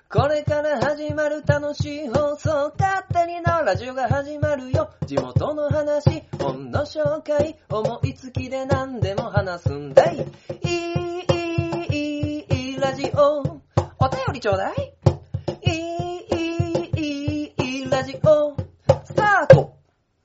これから始まる楽しい放送、勝手にのラジオが始まるよ。地元の話、本の紹介、思いつきで何でも話すんだい。いいラジオ、お便りちょうだい。いいラジオ、スタート。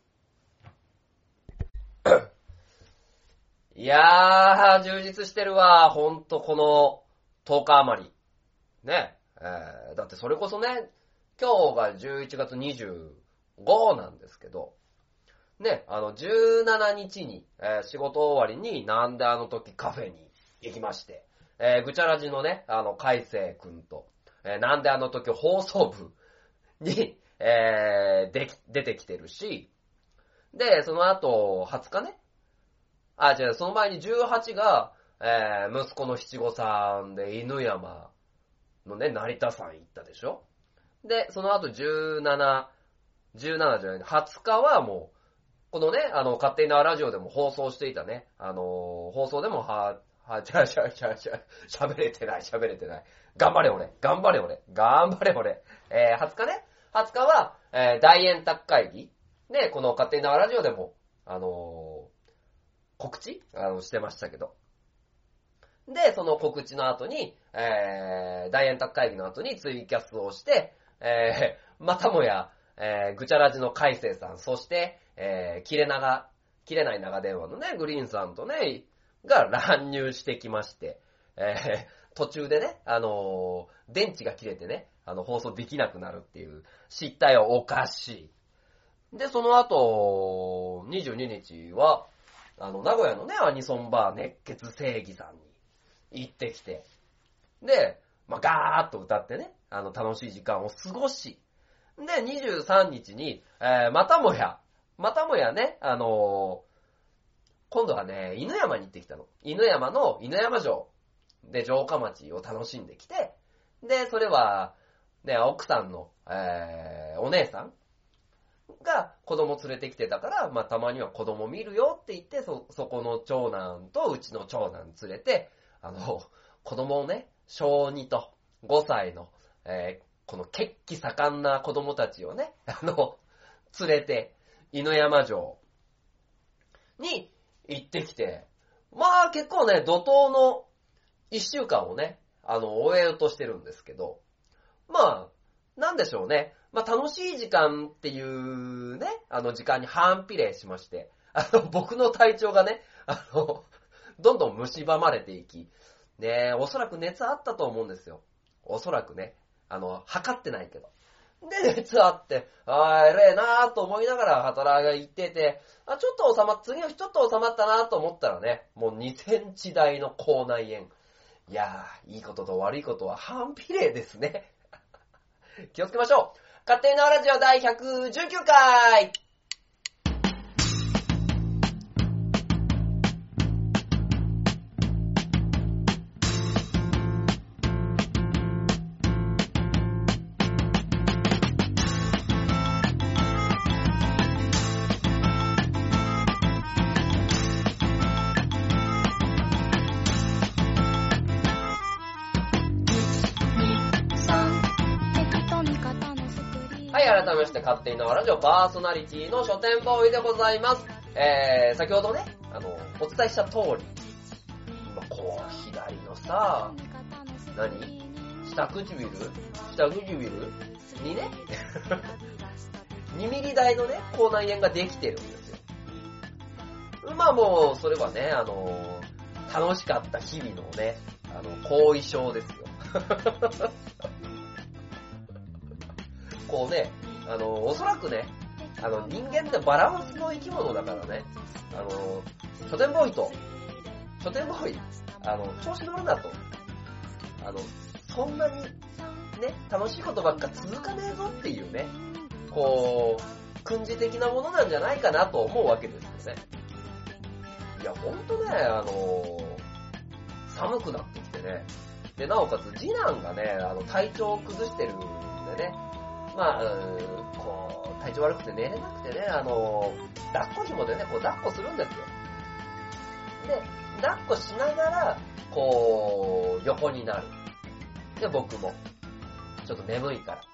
いやー、充実してるわ。ほんとこの10日余り。ね。だってそれこそね、今日が11月25なんですけど、ね、17日に、仕事終わりになんであの時カフェに行きまして、ぐちゃらじのね、海星くんと、なんであの時放送部に、出てきてるし、で、その後、20日ね、その前に18が、息子の七五三で犬山のね、成田山行ったでしょ。で、その後17じゃない、20日はもう、このね、勝手にラジオでも放送していたね、放送でも喋れてない。頑張れ俺。20日ね、20日は、大円卓会議。で、この勝手にラジオでも、告知してましたけど。で、その告知の後に、大円卓会議の後にツイキャスをして、またもや、ぐちゃらじの海星さん、そして、切れない長電話のね、グリーンさんとね、が乱入してきまして、途中でね、電池が切れてね、放送できなくなるっていう失態はおかしい。で、その後、22日は、名古屋のね、アニソンバー熱血正義さんに行ってきて、で、ガーッと歌ってね、楽しい時間を過ごし、で、23日に、またもやね、今度はね、犬山に行ってきたの。犬山の犬山城で城下町を楽しんできて、で、それは、ね、奥さんの、お姉さんが子供連れてきてたから、たまには子供見るよって言って、そこの長男とうちの長男連れて、子供をね、小2と5歳の、この血気盛んな子供たちをね、連れて、犬山城に行ってきて、結構ね、怒涛の1週間をね、終えようとしてるんですけど、なんでしょうね。楽しい時間っていうね、時間に反比例しまして、僕の体調がね、どんどん蝕まれていき、ね、おそらく熱あったと思うんですよ。おそらくね。測ってないけど。で、熱あって、偉いなぁと思いながら働いてて、次の日ちょっと収まったなぁと思ったらね、もう2センチ台の口内炎。いやー、いいことと悪いことは反比例ですね。気をつけましょう。勝手にラジオ第119回改めまして勝手にラジオパーソナリティの書店ボーイでございます。先ほどね、お伝えした通り、こう、左のさ、下唇にね、2ミリ台のね、口内炎ができてるんですよ。もう、それはね、楽しかった日々のね、後遺症ですよ。こうね、おそらくね、人間ってバランスの生き物だからね、書店ボーイ、調子乗るなと。そんなに、ね、楽しいことばっか続かねえぞっていうね、こう、訓示的なものなんじゃないかなと思うわけですよね。いや、ほんとね、寒くなってきてね、で、なおかつ次男がね、体調を崩してるんでね、こう、体調悪くて寝れなくてね、抱っこ紐でね、こう抱っこするんですよ。で、抱っこしながら、こう、横になる。で、僕も。 ちょっと眠いから。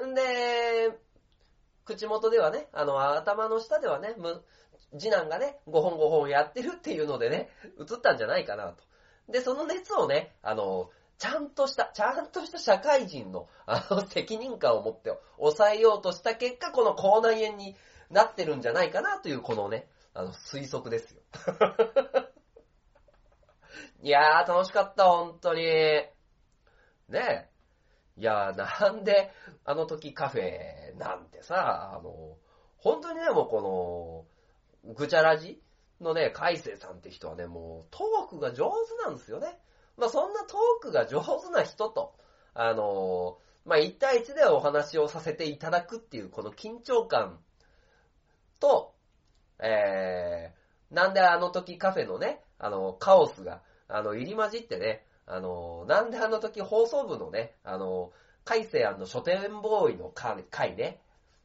んで、口元ではね、頭の下ではね、次男がね、5本やってるっていうのでね、映ったんじゃないかなと。で、その熱をね、ちゃんとした社会人の、責任感を持って抑えようとした結果、この口内炎になってるんじゃないかなという、このね、推測ですよ。いやー、楽しかった、本当に。ねえ。いやー、なんで、あの時カフェなんてさ、本当にね、もうこの、ぐちゃらじのね、海星さんって人はね、もうトークが上手なんですよね。まあそんなトークが上手な人と、まあ1対1でお話をさせていただくっていうこの緊張感と、なんであの時カフェのね、カオスが、入り混じってね、なんであの時放送部のね、海星書店ボーイの回ね、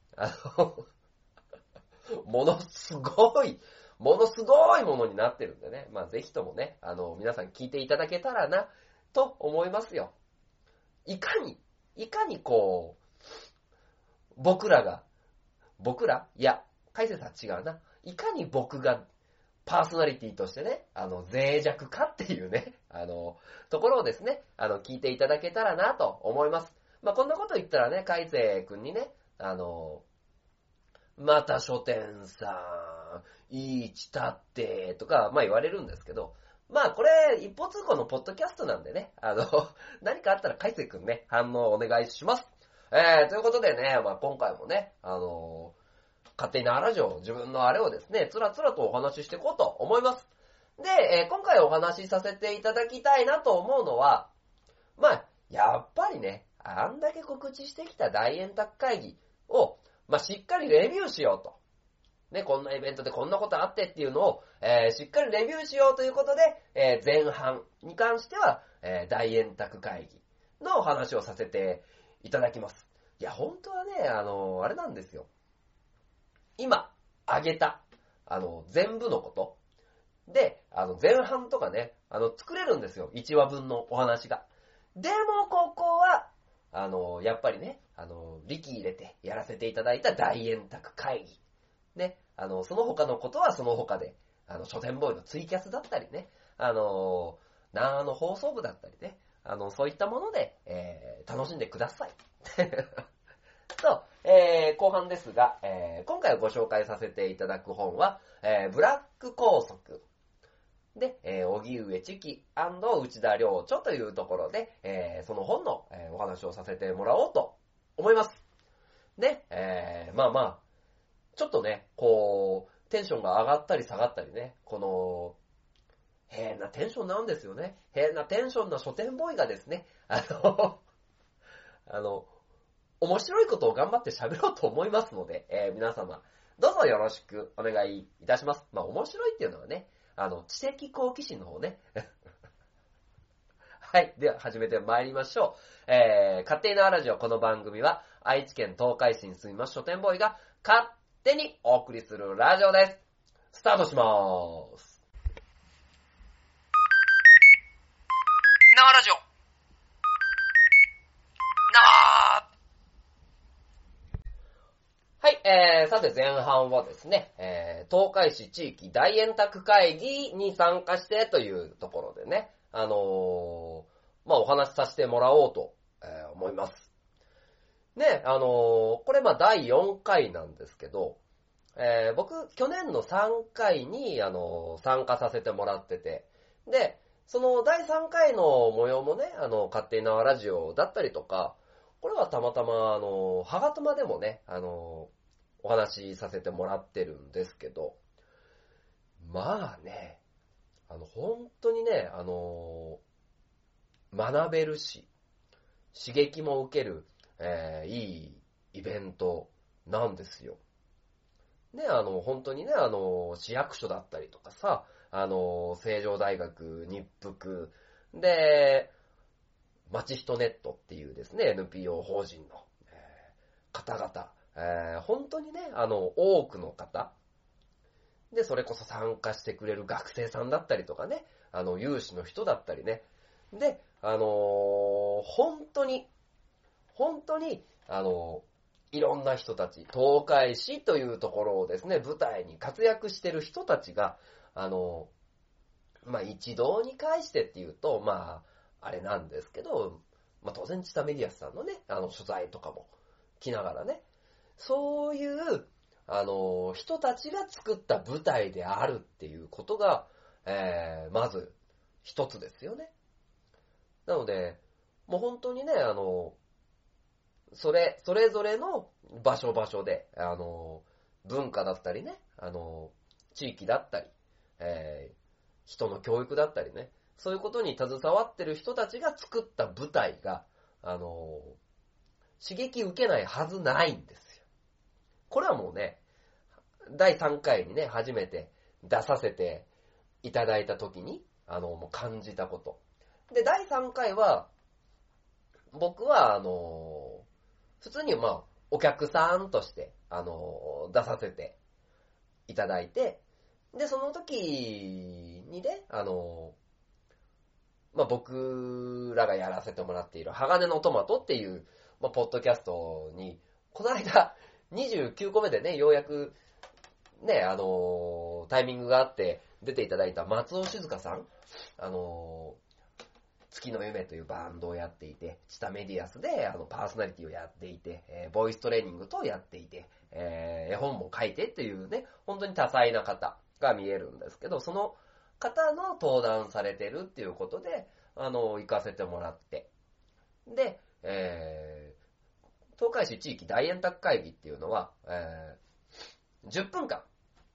ものすごいものになってるんでね。まあぜひともね、皆さん聞いていただけたらな、と思いますよ。いかにこう、僕らいや、海星さん違うな。いかに僕がパーソナリティとしてね、脆弱かっていうね、ところをですね、聞いていただけたらなと思います。まあこんなこと言ったらね、海星くんにね、また書店さん、いいちたって、とか、まあ言われるんですけど、まあこれ、一方通行のポッドキャストなんでね、何かあったら海星くんね、反応お願いします。ということでね、まあ今回もね、勝手になラジオ、自分のあれをですね、つらつらとお話ししていこうと思います。で、今回お話しさせていただきたいなと思うのは、まあ、やっぱりね、あんだけ告知してきた大円卓会議を、まあ、しっかりレビューしようと。ね、こんなイベントでこんなことあってっていうのを、しっかりレビューしようということで、前半に関しては、大円卓会議のお話をさせていただきます。いや、本当はね、あれなんですよ。今、挙げた、全部のこと。で、前半とかね、作れるんですよ。1話分のお話が。でも、ここは、やっぱりね、力入れてやらせていただいた大円卓会議。ね、その他のことはその他で、書店ボーイのツイキャスだったりね、放送部だったりね、そういったもので、楽しんでください。と、後半ですが、今回ご紹介させていただく本は、ブラック拘束。で、荻上チキ&内田良著というところで、その本の、お話をさせてもらおうと思います。ね、まあまあ、ちょっとね、こう、テンションが上がったり下がったりね、この、変なテンションなんですよね。変なテンションな書店ボーイがですね、面白いことを頑張って喋ろうと思いますので、皆様、どうぞよろしくお願いいたします。まあ、面白いっていうのはね、知的好奇心の方ね。はい。では、始めて参りましょう。勝手に縄ラジオ、この番組は、愛知県東海市に住みます書店ボーイが、勝手にお送りするラジオです。スタートしまーす。縄ラジオ。はい、さて前半はですね、東海市地域大円卓会議に参加してというところでね、まあ、お話しさせてもらおうと、思います。ね、これまあ第4回なんですけど、僕、去年の3回に、参加させてもらってて、で、その第3回の模様もね、勝手に縄ラジオだったりとか、これはたまたま、はがとまでもね、お話しさせてもらってるんですけど、まあね、本当にね、学べるし、刺激も受ける、いいイベントなんですよ。ね、本当にね、市役所だったりとかさ、成城大学日福で、まちひとネットっていうですね、NPO 法人の、方々、本当にね、多くの方、で、それこそ参加してくれる学生さんだったりとかね、有志の人だったりね、で、本当に本当に、いろんな人たち、東海市というところをですね、舞台に活躍してる人たちが、一堂に会してっていうと、あれなんですけど、当然、チタメディアスさんのね、取材とかも来ながらね、そういう、人たちが作った舞台であるっていうことが、まず、一つですよね。なので、もう本当にね、それぞれの場所で、文化だったりね、地域だったり、人の教育だったりね、そういうことに携わってる人たちが作った舞台が、刺激受けないはずないんですよ。これはもうね、第3回にね、初めて出させていただいた時に、もう感じたこと。で、第3回は、僕は、普通にお客さんとして、出させていただいて、で、その時にね、僕らがやらせてもらっている鋼のトマトっていう、ポッドキャストに、この間、29個目でね、ようやく、ね、タイミングがあって出ていただいた松尾静香さん、月の夢というバンドをやっていて、チタメディアスでパーソナリティをやっていて、ボイストレーニングとやっていて、絵本も書いてっていうね、本当に多彩な方が見えるんですけど、その方の登壇されてるっていうことで、行かせてもらって、で、東海市地域大円卓会議っていうのは、10分間、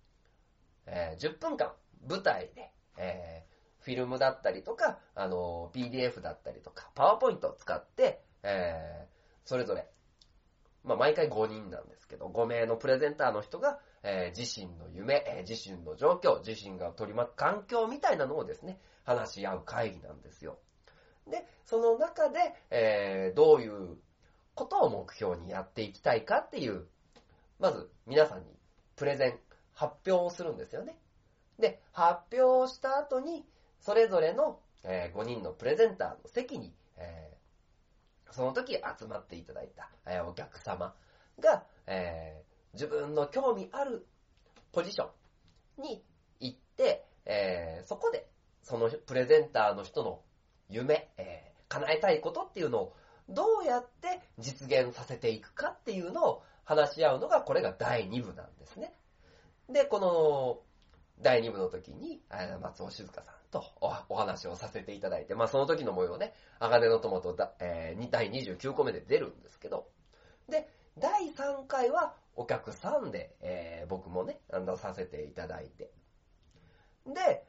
舞台で、フィルムだったりとか、PDF だったりとか、パワーポイントを使って、それぞれ、毎回5人なんですけど、5名のプレゼンターの人が、自身の夢、自身の状況、自身が取り巻く環境みたいなのをですね、話し合う会議なんですよ。で、その中で、どういうことを目標にやっていきたいかっていう、まず皆さんにプレゼン、発表をするんですよね。で、発表した後に、それぞれの、5人のプレゼンターの席に、その時集まっていただいた、お客様が、自分の興味あるポジションに行って、そこでそのプレゼンターの人の夢、叶えたいことっていうのをどうやって実現させていくかっていうのを話し合うのが、これが第2部なんですね。で、この第2部の時に松尾静香さんとお話をさせていただいて、その時の模様ね、鋼のトマト第29個目で出るんですけど、で、第3回はお客さんで、僕もね、出させていただいて、で、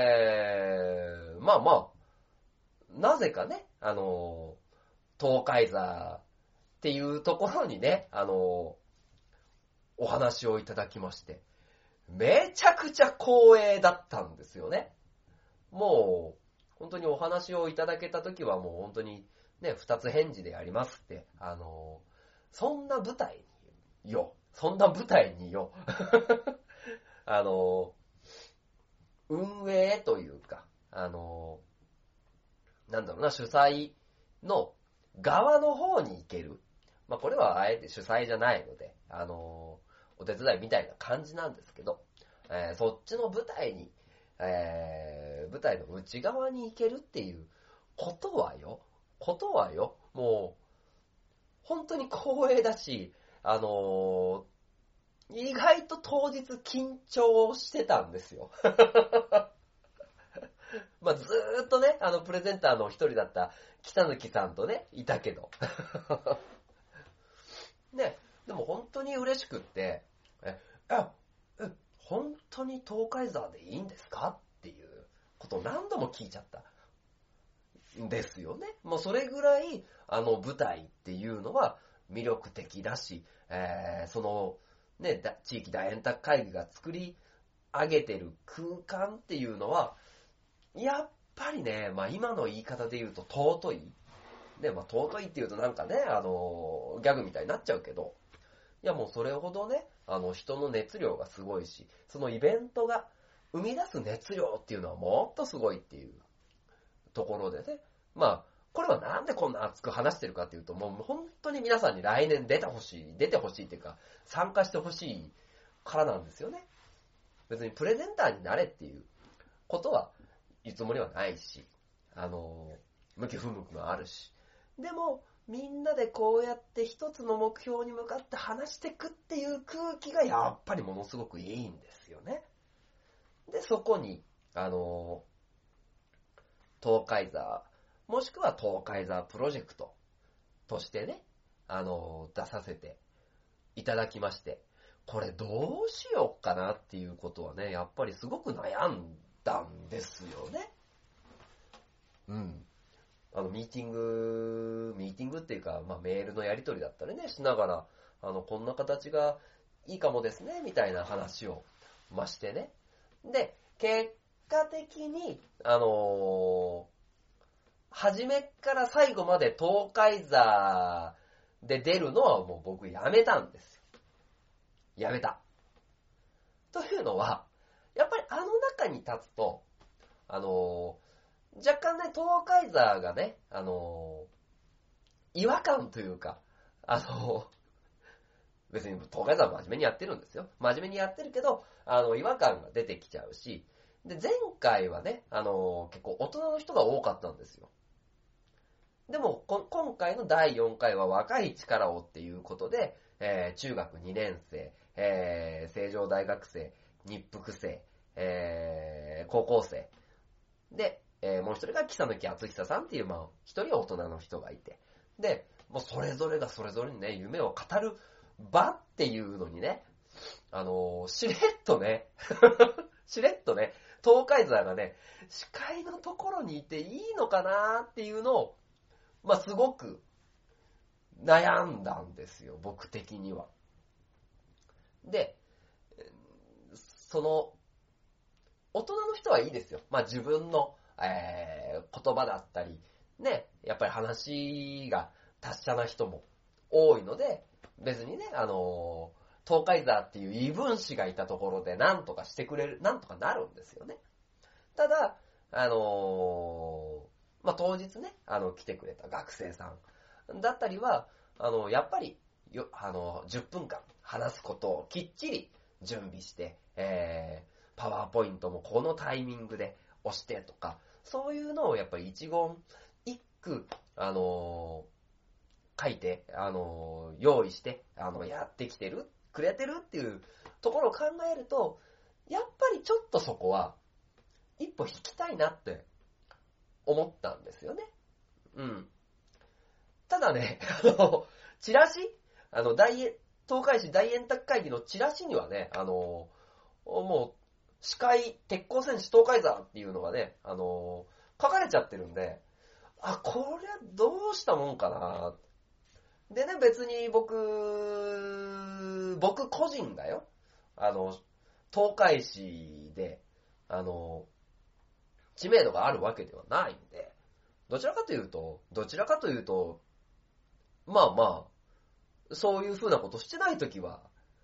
なぜかね、東海座っていうところにね、お話をいただきまして、めちゃくちゃ光栄だったんですよね。もう、本当にお話をいただけたときはもう本当にね、二つ返事でやりますって、そんな舞台によ、運営というか、主催の側の方に行ける。これはあえて主催じゃないので、お手伝いみたいな感じなんですけど、そっちの舞台に、舞台の内側に行けるっていうことはよ、もう、本当に光栄だし、意外と当日緊張してたんですよ。ずーっとね、プレゼンターの一人だった北貫さんとね、いたけど。ね、でも本当に嬉しくって、本当に東海座でいいんですかっていうことを何度も聞いちゃったんですよね。もうそれぐらい、舞台っていうのは魅力的だし、その、ね、地域大円卓会議が作り上げてる空間っていうのは、やっぱりね、今の言い方で言うと尊い。ね、尊いって言うとなんかね、ギャグみたいになっちゃうけど、いやもうそれほどね、人の熱量がすごいし、そのイベントが生み出す熱量っていうのはもっとすごいっていうところでね、今これはなんでこんな熱く話してるかっていうと、もう本当に皆さんに来年出てほしいっていうか、参加してほしいからなんですよね。別にプレゼンターになれっていうことは言うつもりはないし、向き不向きもあるし、でもみんなでこうやって一つの目標に向かって話していくっていう空気がやっぱりものすごくいいんですよね。で、そこに、東海座、もしくは東海座プロジェクトとしてね、出させていただきまして、これどうしようかなっていうことはね、やっぱりすごく悩んだんですよね。うん。ミーティングっていうか、まあ、メールのやり取りだったりね、しながら、こんな形がいいかもですね、みたいな話を、してね。で、結果的に、初めから最後まで東海座で出るのはもう僕やめたんですよ。やめた。というのは、やっぱり中に立つと、若干ね、東海座がね、違和感というか、別に東海座は真面目にやってるんですよ。真面目にやってるけど、違和感が出てきちゃうし、で、前回はね、結構大人の人が多かったんですよ。でも、今回の第4回は若い力をっていうことで、中学2年生、成城大学生、日福生、高校生、で、もう一人が木佐貫厚久さんっていう、一人は大人の人がいて、で、もうそれぞれがそれぞれにね、夢を語る場っていうのにね、しれっとね、東海座がね、司会のところにいていいのかなっていうのを、すごく悩んだんですよ、僕的には。で、大人の人はいいですよ。自分の、言葉だったり、ね、やっぱり話が達者な人も多いので、別にね、東海座っていう異分子がいたところで何とかしてくれる、何とかなるんですよね。ただ、当日ね、来てくれた学生さんだったりは、やっぱり10分間話すことをきっちり準備して、パワーポイントもこのタイミングで押してとか、そういうのをやっぱり一言一句、書いて、用意して、やってきてくれてるっていうところを考えると、やっぱりちょっとそこは、一歩引きたいなって思ったんですよね。うん。ただね、チラシ東海市大円卓会議のチラシにはね、もう、司会、鉄鋼戦士東海座っていうのがね、書かれちゃってるんで、これはどうしたもんかな。でね、別に僕個人がよ、東海市で、知名度があるわけではないんで、どちらかというと、そういう風なことしてないときは、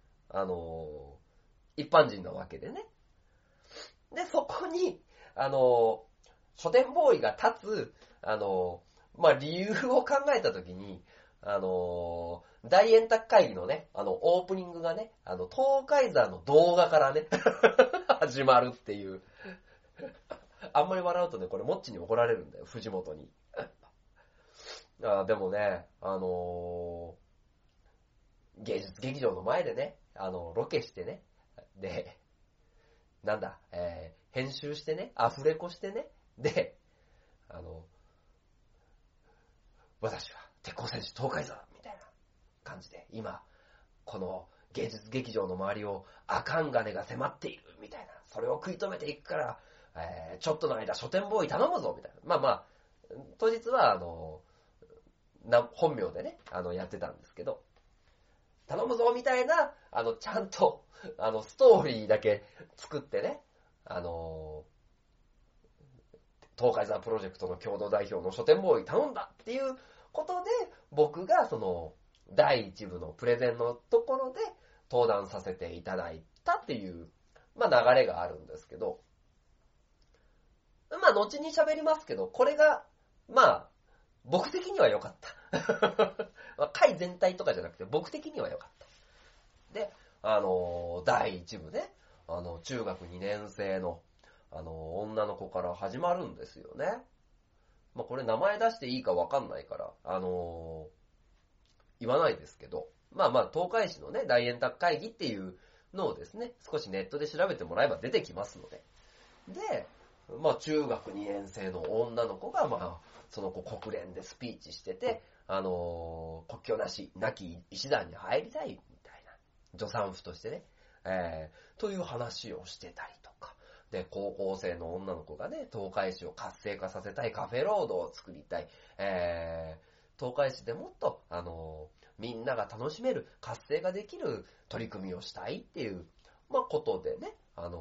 一般人なわけでね。で、そこに、書店ボーイが立つ、理由を考えたときに、大円卓会議のね、オープニングがね、東海座の動画からね、始まるっていう。あんまり笑うとね、これモッチに怒られるんだよ、藤本に。でもね、芸術劇場の前でね、ロケしてね、で、編集してね、アフレコしてね、で、私は鉄鋼戦士東海座みたいな感じで、今、この芸術劇場の周りをアカンガネが迫っているみたいな、それを食い止めていくから、ちょっとの間書店ボーイ頼むぞみたいな。当日は本名でね、やってたんですけど、頼むぞみたいな、ちゃんと、ストーリーだけ作ってね、東海座プロジェクトの共同代表の書店ボーイ頼んだっていうことで、僕が第一部のプレゼンのところで登壇させていただいたっていう、流れがあるんですけど、後に喋りますけど、これが、 僕的には良かった。会全体とかじゃなくて、僕的には良かった。で、第1部ね、中学2年生の、女の子から始まるんですよね。まあ、これ名前出していいかわかんないから、言わないですけど、まあまあ、東海市のね、大円卓会議っていうのをですね、少しネットで調べてもらえば出てきますので。で、まあ、中学2年生の女の子が、まあ、その子国連でスピーチしてて、国境なき医師団に入りたいみたいな、助産婦としてね、という話をしてたりとか、で、高校生の女の子がね、東海市を活性化させたい、カフェロードを作りたい、東海市でもっと、みんなが楽しめる、活性ができる取り組みをしたいっていう、まあ、ことでね、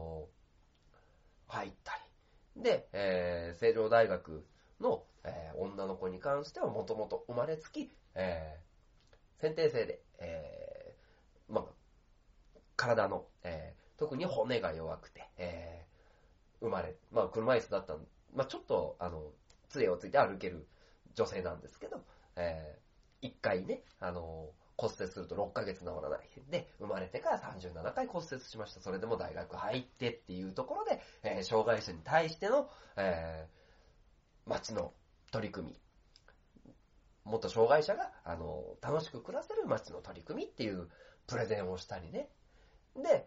入ったり。で、成城大学の、女の子に関してはもともと生まれつき、先天性で、まあ、体の、特に骨が弱くて、まあ、車椅子だったまあ、ちょっと、杖をついて歩ける女性なんですけど、1回ね、骨折すると6ヶ月治らない。で、生まれてから37回骨折しました。それでも大学入ってっていうところで、障害者に対しての、町の取り組み。もっと障害者が、楽しく暮らせる町の取り組みっていうプレゼンをしたりね。で、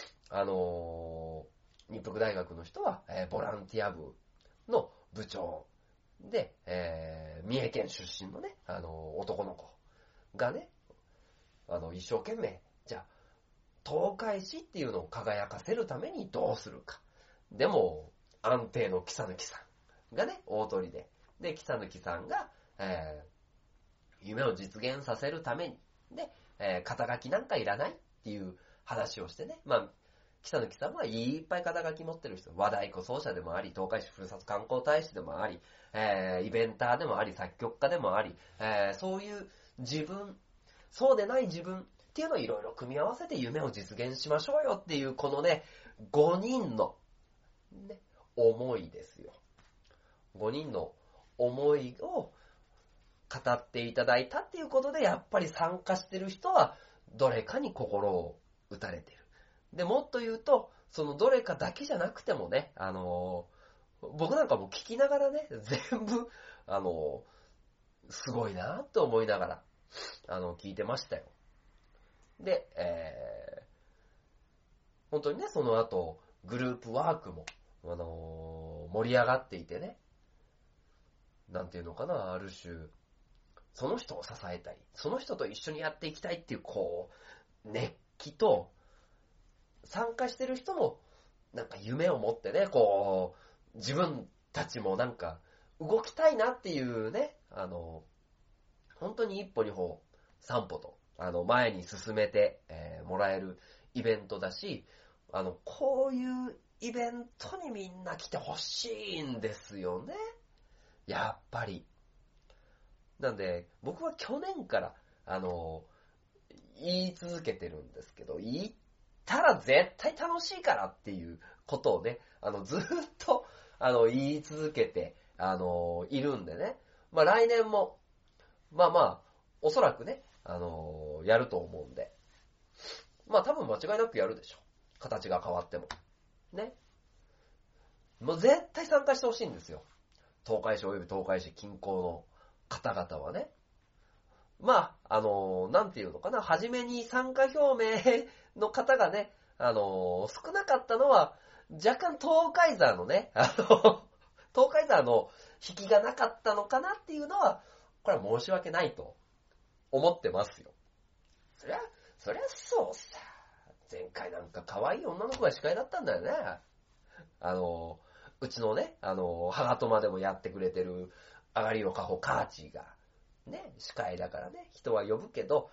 日北大学の人は、ボランティア部の部長で、三重県出身のね、男の子がね、一生懸命、じゃあ、東海市っていうのを輝かせるためにどうするか。でも、安定の木佐貫さんがね、大鳥で。で、木佐貫さんが、夢を実現させるために、で、肩書きなんかいらないっていう話をしてね。まあ、木佐貫さんはいっぱい肩書き持ってる人。和太鼓奏者でもあり、東海市ふるさと観光大使でもあり、イベンターでもあり、作曲家でもあり、そういう自分、そうでない自分っていうのをいろいろ組み合わせて夢を実現しましょうよっていう、このね、5人の、ね、思いですよ。5人の思いを語っていただいたっていうことで、やっぱり参加してる人は、どれかに心を打たれてる。で、もっと言うと、そのどれかだけじゃなくてもね、僕なんかも聞きながらね、全部、すごいなって思いながら、聞いてましたよ。で、本当にね、その後、グループワークも、盛り上がっていてね、なんていうのかな、ある種、その人を支えたい、その人と一緒にやっていきたいっていう、こう、熱気と、参加してる人も、なんか夢を持ってね、こう、自分たちもなんか、動きたいなっていうね、本当に一歩二歩、三歩と、前に進めて、もらえるイベントだし、こういうイベントにみんな来てほしいんですよね。やっぱり。なんで、僕は去年から、言い続けてるんですけど、言ったら絶対楽しいからっていうことをね、ずっと、言い続けて、いるんでね。まあ来年も、まあまあ、おそらくね、やると思うんで。まあ多分間違いなくやるでしょ。形が変わっても。ね。もう絶対参加してほしいんですよ。東海市及び東海市近郊の方々はね。まあ、なんていうのかな、初めに参加表明の方がね、少なかったのは、若干東海山のね、東海山の引きがなかったのかなっていうのは、これは申し訳ないと思ってますよ。そりゃそうさ。前回なんか可愛い女の子が司会だったんだよね。うちのね、ハガトマでもやってくれてる、あがりろかほカーチーが、ね、司会だからね、人は呼ぶけど、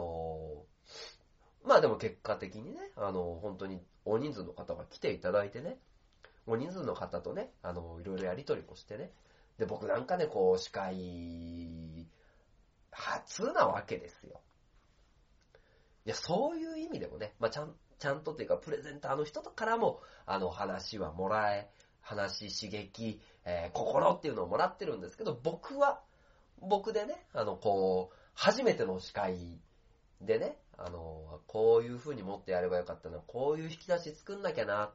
まあでも結果的にね、本当に大人数の方が来ていただいてね、大人数の方とね、いろいろやりとりもしてね、で、僕なんかね、こう、司会、初なわけですよ。いや、そういう意味でもね、まあちゃんとっていうか、プレゼンターの人からも、話はもらえ、話、刺激、心っていうのをもらってるんですけど、僕は、 僕でね、初めての司会でね、こういう風に持ってやればよかったな、こういう引き出し作んなきゃな、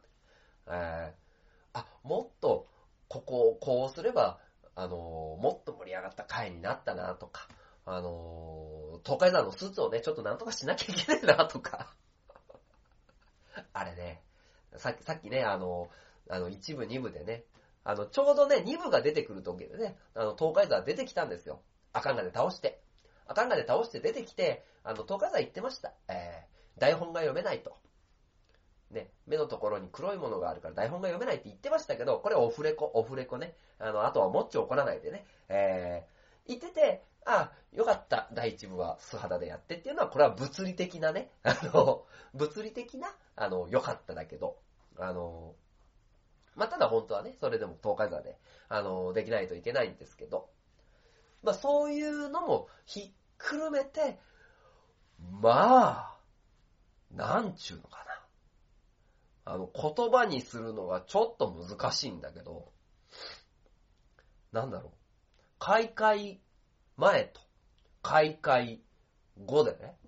もっと、こうすれば、もっと盛り上がった回になったな、とか、東海山のスーツをね、ちょっとなんとかしなきゃいけないな、とか。あれね、さっきね、一部二部でね、ちょうどね、二部が出てくる時でね、東海山出てきたんですよ。赤金倒して。赤金倒して出てきて、東海山言ってました。台本が読めないと。ね、目のところに黒いものがあるから台本が読めないって言ってましたけど、これオフレコね。あとはもっち怒らないでね。言ってて、よかった。第一部は素肌でやってっていうのは、これは物理的なね、物理的な、よかっただけど、ただ本当はね、それでも東海山で、できないといけないんですけど、そういうのもひっくるめて、なんちゅうのかな。言葉にするのがちょっと難しいんだけど、なんだろう。開会前と開会後でね、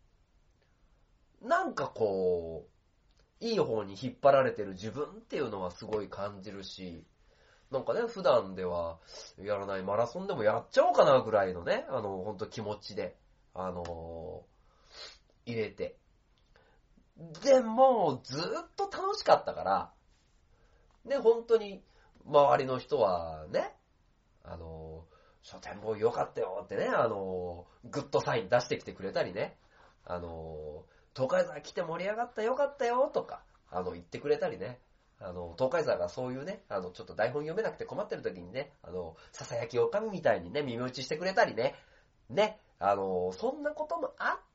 なんかいい方に引っ張られてる自分っていうのはすごい感じるし、なんかね、普段ではやらないマラソンでもやっちゃおうかなぐらいのね、ほんと気持ちで、入れて。でも、ずっと楽しかったから、ね、本当に、周りの人はね、書店ボーイよかったよってね、グッドサイン出してきてくれたりね、東海山来て盛り上がったよかったよとか、言ってくれたりね、東海山がそういうね、ちょっと台本読めなくて困ってる時にね、ささやきおかみみたいにね、耳打ちしてくれたりね、そんなこともあって、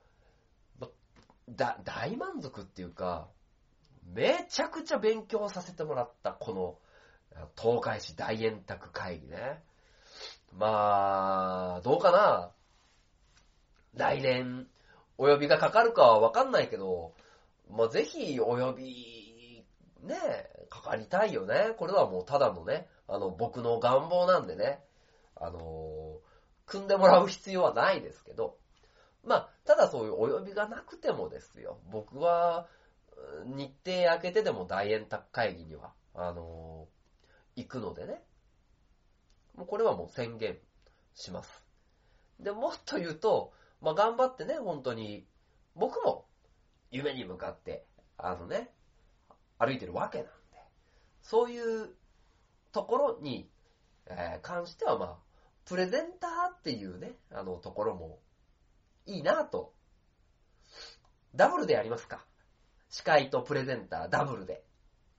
大満足っていうか、めちゃくちゃ勉強させてもらった、この、東海市大円卓会議ね。どうかな。来年、お呼びがかかるかはわかんないけど、ぜひお呼び、ね、かかりたいよね。これはもうただのね、僕の願望なんでね、組んでもらう必要はないですけど、ただそういうお呼びがなくてもですよ、僕は、日程空けてでも大円卓会議には、行くのでね、もうこれはもう宣言します。で、もっと言うと、頑張ってね、本当に、僕も夢に向かって、歩いてるわけなんで、そういうところに、関してはプレゼンターっていうね、ところもいいなと。ダブルでやりますか。司会とプレゼンターダブルで。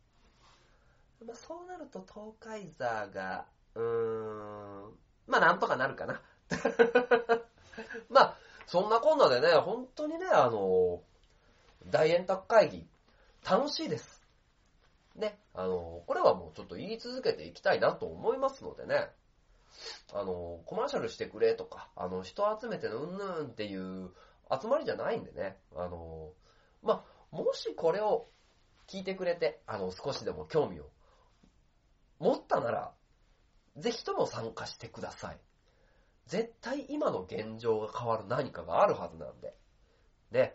そうなると東海座が、なんとかなるかな。そんなこんなでね、本当にね、大円卓会議、楽しいです。ね、これはもうちょっと言い続けていきたいなと思いますのでね、コマーシャルしてくれとか、人集めてのうんぬんっていう集まりじゃないんでね、もしこれを聞いてくれて、少しでも興味を持ったなら、ぜひとも参加してください。絶対今の現状が変わる何かがあるはずなんで。ね、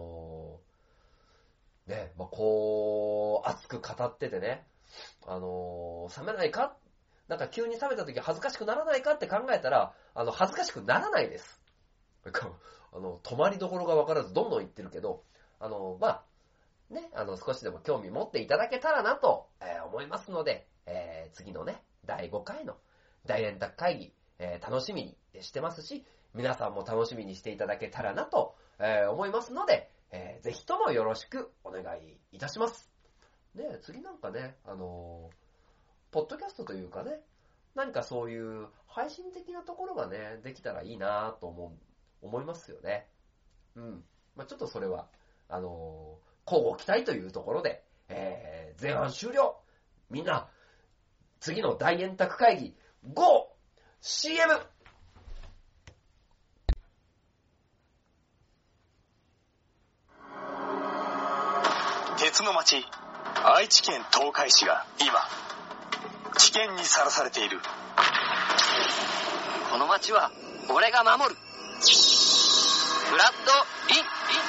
熱く語っててね、冷めないか？なんか急に冷めた時恥ずかしくならないかって考えたら、恥ずかしくならないです。止まりどころが分からずどんどん言ってるけど、少しでも興味持っていただけたらなと、思いますので、次のね、第5回の大円卓会議、楽しみにしてますし、皆さんも楽しみにしていただけたらなと、思いますので、ぜひともよろしくお願いいたします。で、次なんかね、ポッドキャストというかね、何かそういう配信的なところがね、できたらいいなと思いますよね。ちょっとそれは、交互期待というところで、前半終了。みんな、次の大円卓会議、GO!CM! 鉄の町、愛知県東海市が今、危険にさらされている。 この町は俺が守る。フラッドイン。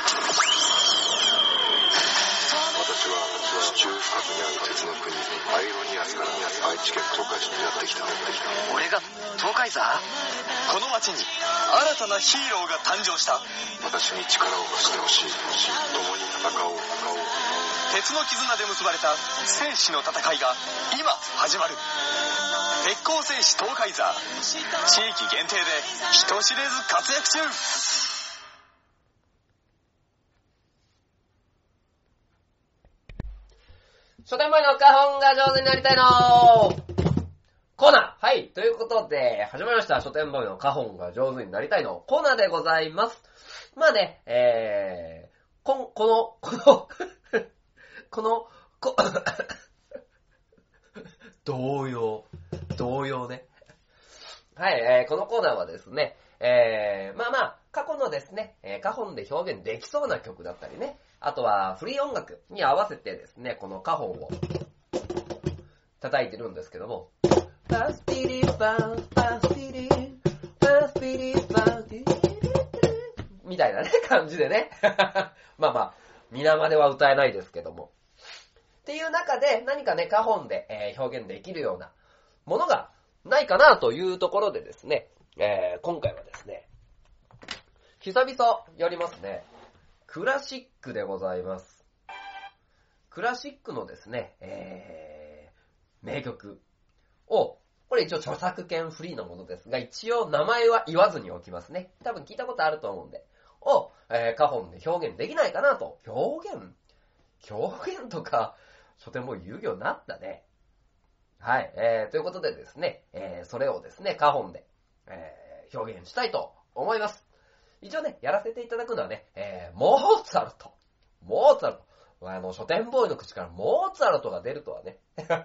私は地中深くにある鉄の国アイロニアスから愛知県東海市にやってきた。 俺が東海座？この町に新たなヒーローが誕生した。 私に力を貸してほしい。共に戦おう。 鉄の絆で結ばれた戦士の戦いが今始まる。鉄鋼戦士東海座、地域限定で人知れず活躍中。 書店ボーイの花本が上手になりたいのコーナー。はい。ということで、始まりました。書店ボーイの花本が上手になりたいのコーナーでございます。まあね、同様ね。はい、このコーナーはですね、過去のですね、花本で表現できそうな曲だったりね、あとはフリー音楽に合わせてですね、この花本を叩いてるんですけども、パスピリパン、パスピリ、パスピリパン、みたいなね、感じでね。皆までは歌えないですけども。っていう中で何かね、花本で、表現できるようなものがないかなというところでですね、今回はですね、久々やりますね、クラシックでございます。クラシックのですね、名曲を、これ一応著作権フリーのものですが、一応名前は言わずにおきますね。多分聞いたことあると思うんで、を、花本で表現できないかなと。表現とか、書店も言うようになったね。はい、ということでですね、それをですね、花本で、表現したいと思います。一応ね、やらせていただくのはね、モーツァルト。書店ボーイの口からモーツァルトが出るとはね。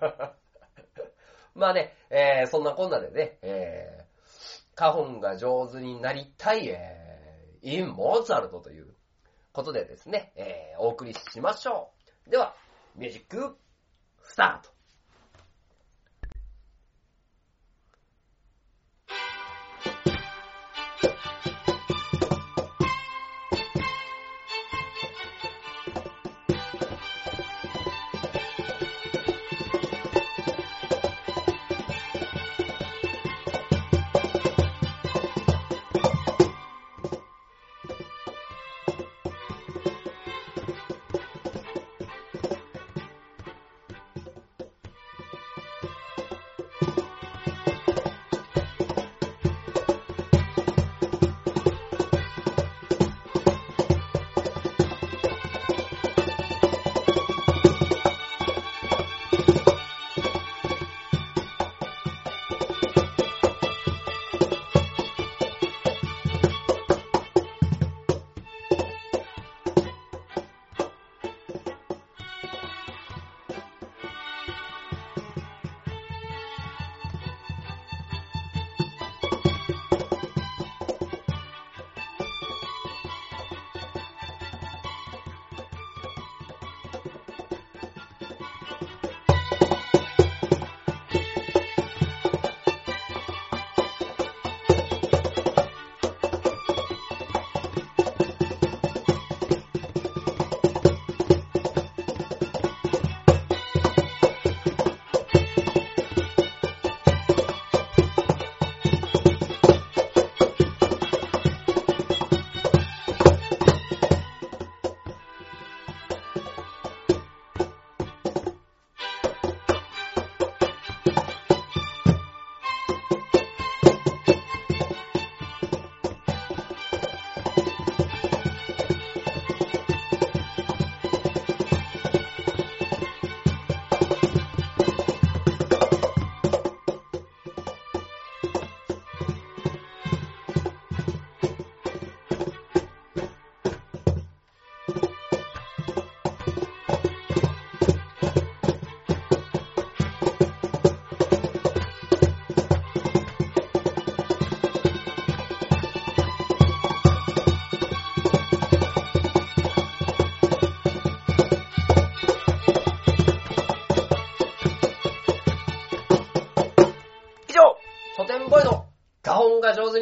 まあね、そんなこんなでね、花本が上手になりたい、インモーツァルトということでですね、お送りしましょう。では、ミュージック、スタート。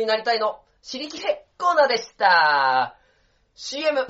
になりたいの、知りきれコーナーでした。CM。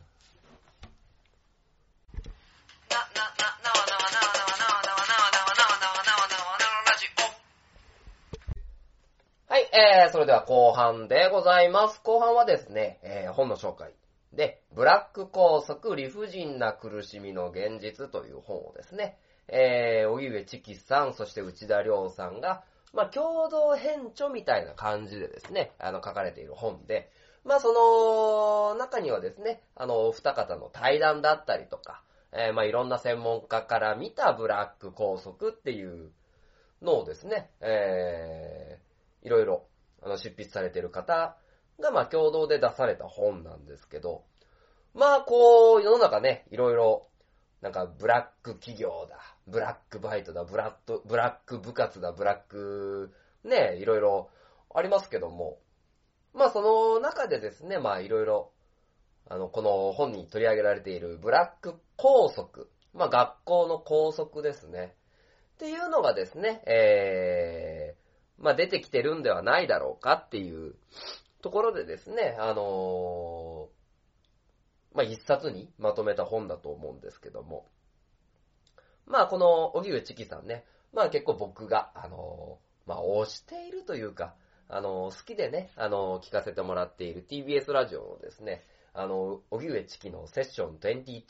はい、それでは後半でございます。後半はですね、本の紹介で、ブラック拘束理不尽な苦しみの現実という本をですね、荻上チキさん、そして内田亮さんが、共同編著みたいな感じでですね、書かれている本で、その中にはですね、お二方の対談だったりとか、いろんな専門家から見たブラック拘束っていうのをですね、いろいろ執筆されている方が共同で出された本なんですけど、こう世の中ね、いろいろなんかブラック企業だ、ブラックバイトだ、ブラック部活だ、ブラックね、いろいろありますけども、その中でですね、いろいろこの本に取り上げられているブラック校則、学校の校則ですね。っていうのがですね、出てきてるんではないだろうかっていうところでですね、一冊にまとめた本だと思うんですけども、この荻上チキさんね、結構僕が、推しているというか、好きでね、聞かせてもらっている TBS ラジオのですね、荻上チキのセッション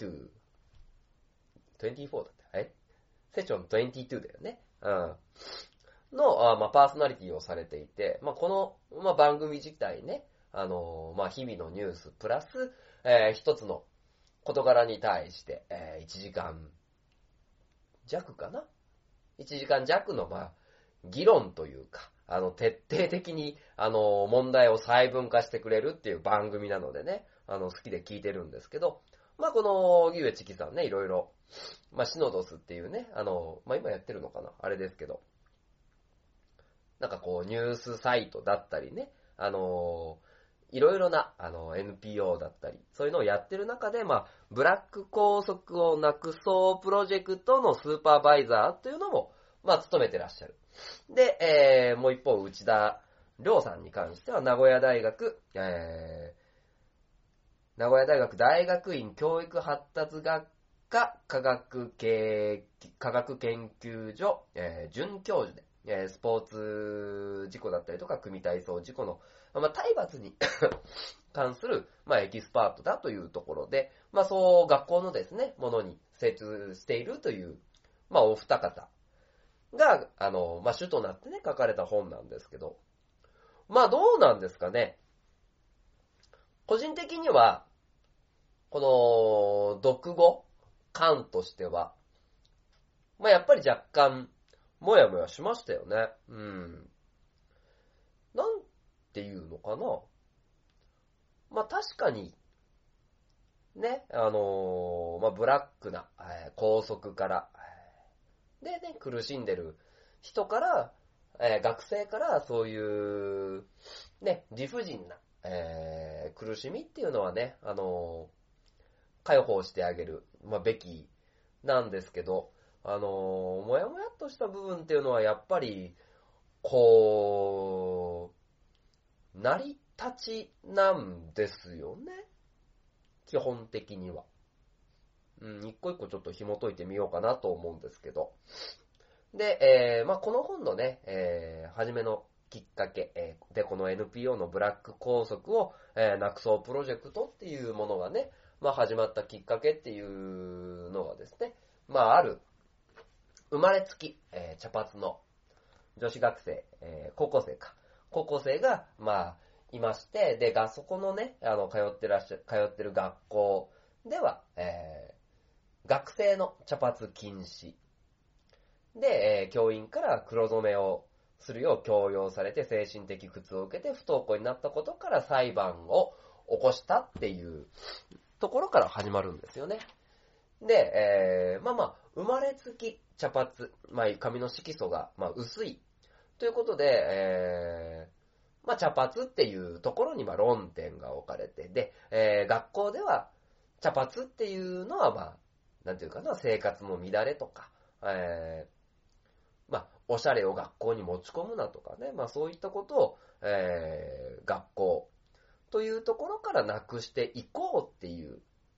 22、24だった。セッション22だよね。の、パーソナリティをされていて、この、番組自体ね、日々のニュースプラス、一つの事柄に対して、1時間弱かな ?1 時間弱の、議論というか、徹底的に、問題を細分化してくれるっていう番組なのでね、好きで聞いてるんですけど、この、荻上チキさんね、いろいろ、シノドスっていうね、今やってるのかなあれですけど、なんかこう、ニュースサイトだったりね、いろいろな、NPO だったり、そういうのをやってる中で、ブラック拘束をなくそうプロジェクトのスーパーバイザーというのも、務めてらっしゃる。で、もう一方、内田亮さんに関しては、名古屋大学大学院教育発達学科科学研究所、准教授で、スポーツ事故だったりとか、組体操事故の、体罰に関する、エキスパートだというところで、そう学校のですね、ものに精通しているという、お二方が、主となってね、書かれた本なんですけど、どうなんですかね。個人的には、この、読後感としては、やっぱり若干、もやもやしましたよね。なんていうのかな。確かに、ね、ブラックな、拘束から、でね、苦しんでる人から、学生からそういう、ね、理不尽な、苦しみっていうのはね、解放してあげる、べきなんですけど、もやもやっとした部分っていうのはやっぱり、こう、成り立ちなんですよね。基本的には。一個一個ちょっと紐解いてみようかなと思うんですけど。で、この本のね、初めのきっかけ、で、この NPO のブラック拘束を、なくそうプロジェクトっていうものがね、始まったきっかけっていうのがですね、ある、生まれつき、茶髪の女子学生、高校生が、いまして、で、そこのね、通ってる学校では、学生の茶髪禁止。で、教員から黒染めをするよう強要されて精神的苦痛を受けて不登校になったことから裁判を起こしたっていうところから始まるんですよね。で、生まれつき茶髪、髪の色素が、薄いということで、茶髪っていうところに論点が置かれて、で、学校では茶髪っていうのはなんていうかな、生活の乱れとか、おしゃれを学校に持ち込むなとかね、そういったことを、 学校というところからなくしていこうっていう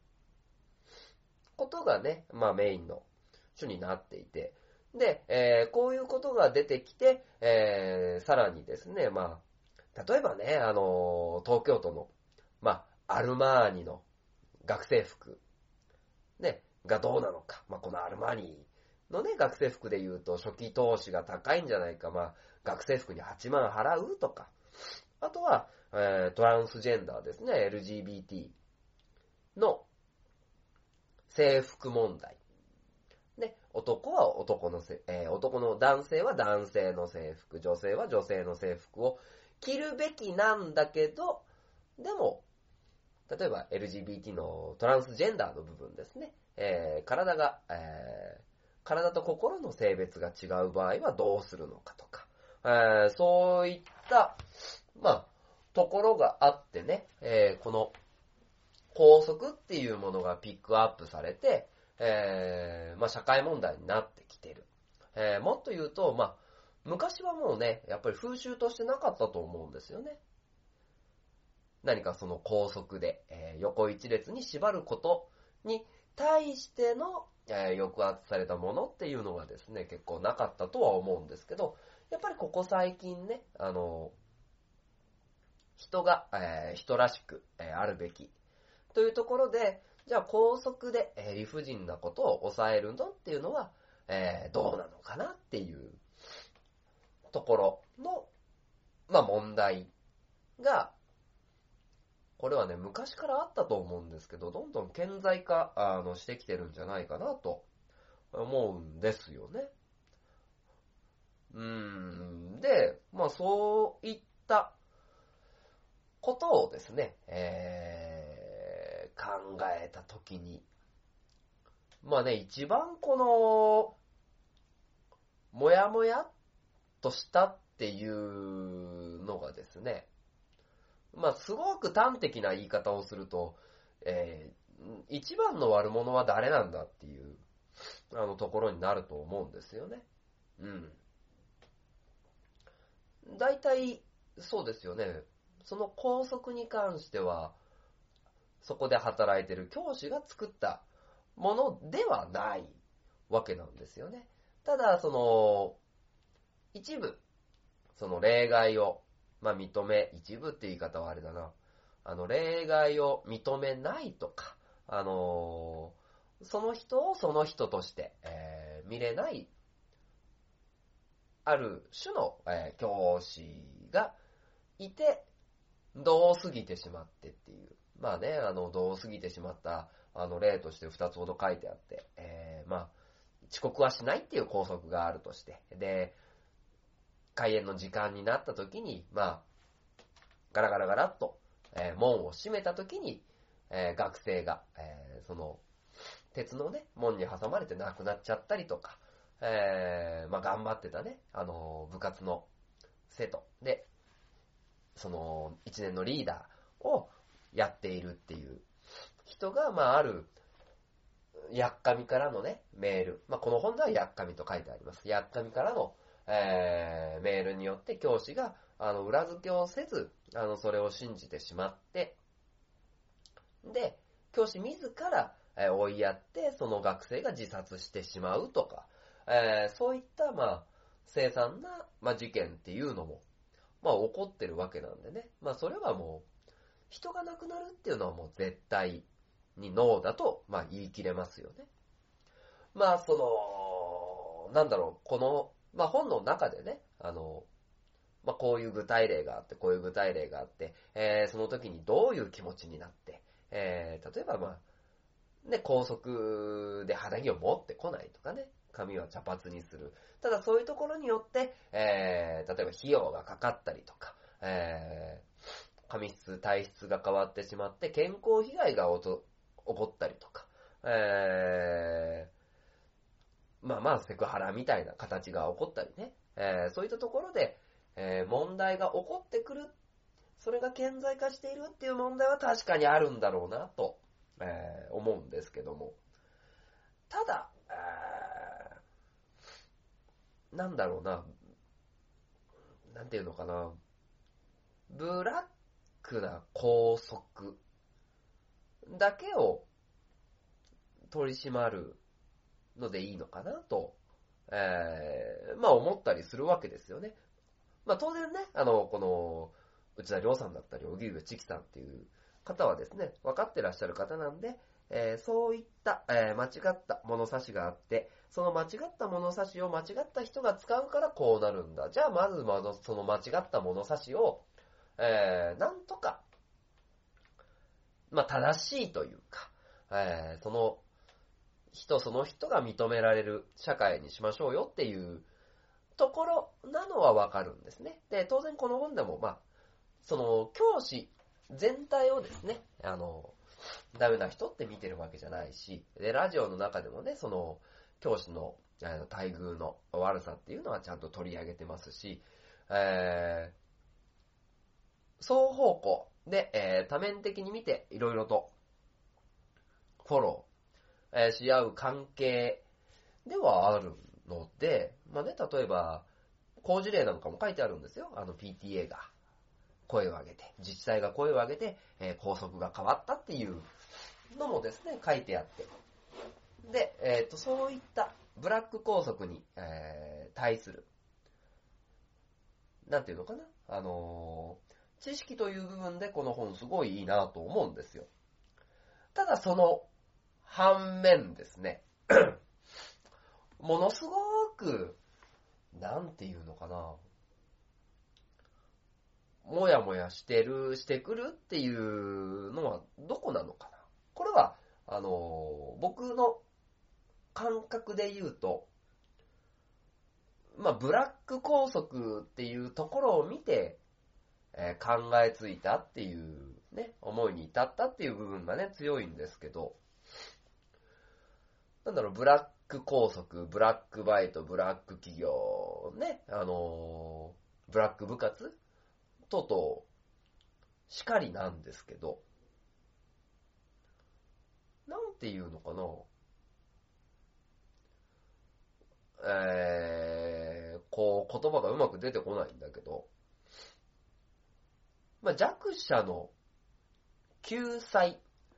ことがね、まあメインの主になっていて、で、こういうことが出てきて、さらにですね、まあ、例えばね、東京都の、まあ、アルマーニの学生服、ね、がどうなのか。まあ、このアルマーニのね、学生服で言うと、初期投資が高いんじゃないか。まあ、学生服に8万払うとか。あとは、トランスジェンダーですね、LGBT の制服問題。ね、男は男の男性は男性の制服、女性は女性の制服を着るべきなんだけど、でも、例えば LGBT のトランスジェンダーの部分ですね、体と心の性別が違う場合はどうするのかとか、そういった、まあ、ところがあってね、この校則っていうものがピックアップされて、まあ、社会問題になってきてる。もっと言うと、まあ、昔はもうね、やっぱり風習としてなかったと思うんですよね。何かその校則で、横一列に縛ることに対しての、抑圧されたものっていうのがですね、結構なかったとは思うんですけど、やっぱりここ最近ね、人が、人らしく、あるべきというところで、じゃあ校則で、理不尽なことを抑えるのっていうのは、どうなのかなっていうところの、まあ問題が、これはね、昔からあったと思うんですけど、どんどん顕在化してきてるんじゃないかなと思うんですよね。で、まあそういったことをですね、考えたときに、まあね、一番この、もやもやっとしたっていうのがですね、まあすごく端的な言い方をすると、一番の悪者は誰なんだっていうところになると思うんですよね。うん。大体、そうですよね。その校則に関しては、そこで働いてる教師が作ったものではないわけなんですよね。ただ、一部、その例外を、まあ、一部って言い方はあれだな。例外を認めないとか、その人をその人として、見れないある種の、教師がいて、度を過ぎてしまってっていう。まあね、度を過ぎてしまった、例として2つほど書いてあって、まあ、遅刻はしないっていう校則があるとして、で、開演の時間になった時に、まあ、ガラガラガラっと、門を閉めた時に、学生が、その、鉄のね、門に挟まれて亡くなっちゃったりとか、まあ頑張ってたね、部活の生徒で、その、一年のリーダーをやっているっていう人が、まあある、やっかみからのね、メール。まあこの本ではやっかみと書いてあります。やっかみからの、メールによって教師が、裏付けをせず、それを信じてしまって、で、教師自ら、追いやって、その学生が自殺してしまうとか、そういった、まあ、凄惨な、まあ、事件っていうのも、まあ、起こってるわけなんでね。まあ、それはもう、人が亡くなるっていうのはもう絶対にノーだと、まあ、言い切れますよね。まあ、なんだろう、この、まあ、本の中でね、まあ、こういう具体例があって、こういう具体例があって、その時にどういう気持ちになって、例えばまあ、ね、高速で肌着を持ってこないとかね、髪は茶髪にする。ただそういうところによって、例えば費用がかかったりとか、髪質、体質が変わってしまって健康被害が起こったりとか、まあまあセクハラみたいな形が起こったりね、そういったところで、問題が起こってくる、それが顕在化しているっていう問題は確かにあるんだろうなと、思うんですけども、ただ、なんだろうな、なんていうのかな、 ブラックな校則だけを取り締まるのでいいのかなと、まあ思ったりするわけですよね。まあ当然ね、この、内田亮さんだったり、荻上チキさんっていう方はですね、分かってらっしゃる方なんで、そういった、間違った物差しがあって、その間違った物差しを間違った人が使うからこうなるんだ。じゃあまずその間違った物差しを、なんとか、まあ正しいというか、その人が認められる社会にしましょうよっていうところなのはわかるんですね。で、当然この本でも、まあ、その教師全体をですね、ダメな人って見てるわけじゃないし、で、ラジオの中でもね、その教師の待遇の悪さっていうのはちゃんと取り上げてますし、双方向で、多面的に見ていろいろとフォロー、し合う関係ではあるので、まあね、例えば、好事例なんかも書いてあるんですよ。PTA が声を上げて、自治体が声を上げて、校則が変わったっていうのもですね、書いてあって。で、そういったブラック校則に、対する、なんていうのかな、知識という部分でこの本すごいいいなと思うんですよ。ただその反面ですね、ものすごく、なんていうのかな、もやもやしてくるっていうのはどこなのかな。これは、僕の感覚で言うと、まあ、ブラック校則っていうところを見て、考えついたっていうね、思いに至ったっていう部分がね、強いんですけど、なんだろう、ブラック校則、ブラックバイト、ブラック企業、ね、ブラック部活等々、しかりなんですけど、なんていうのかな、こう、言葉がうまく出てこないんだけど、まあ、弱者の救済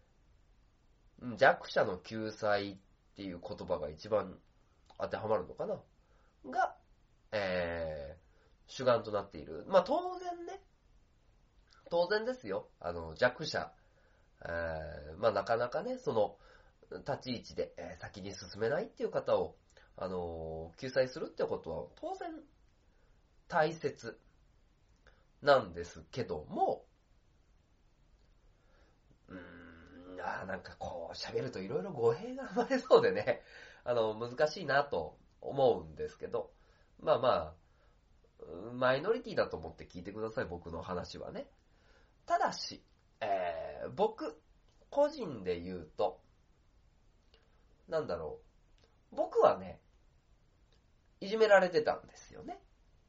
っていう言葉が一番当てはまるのかなが、主眼となっている。まあ、当然ですよ。弱者、まあ、なかなかね、その、立ち位置で、先に進めないっていう方を、救済するってことは、当然、大切なんですけども、なんかこう、喋るといろいろ語弊が生まれそうでね、難しいなと思うんですけど、まあまあ、マイノリティだと思って聞いてください、僕の話はね。ただし、僕、個人で言うと、なんだろう、僕はね、いじめられてたんですよね。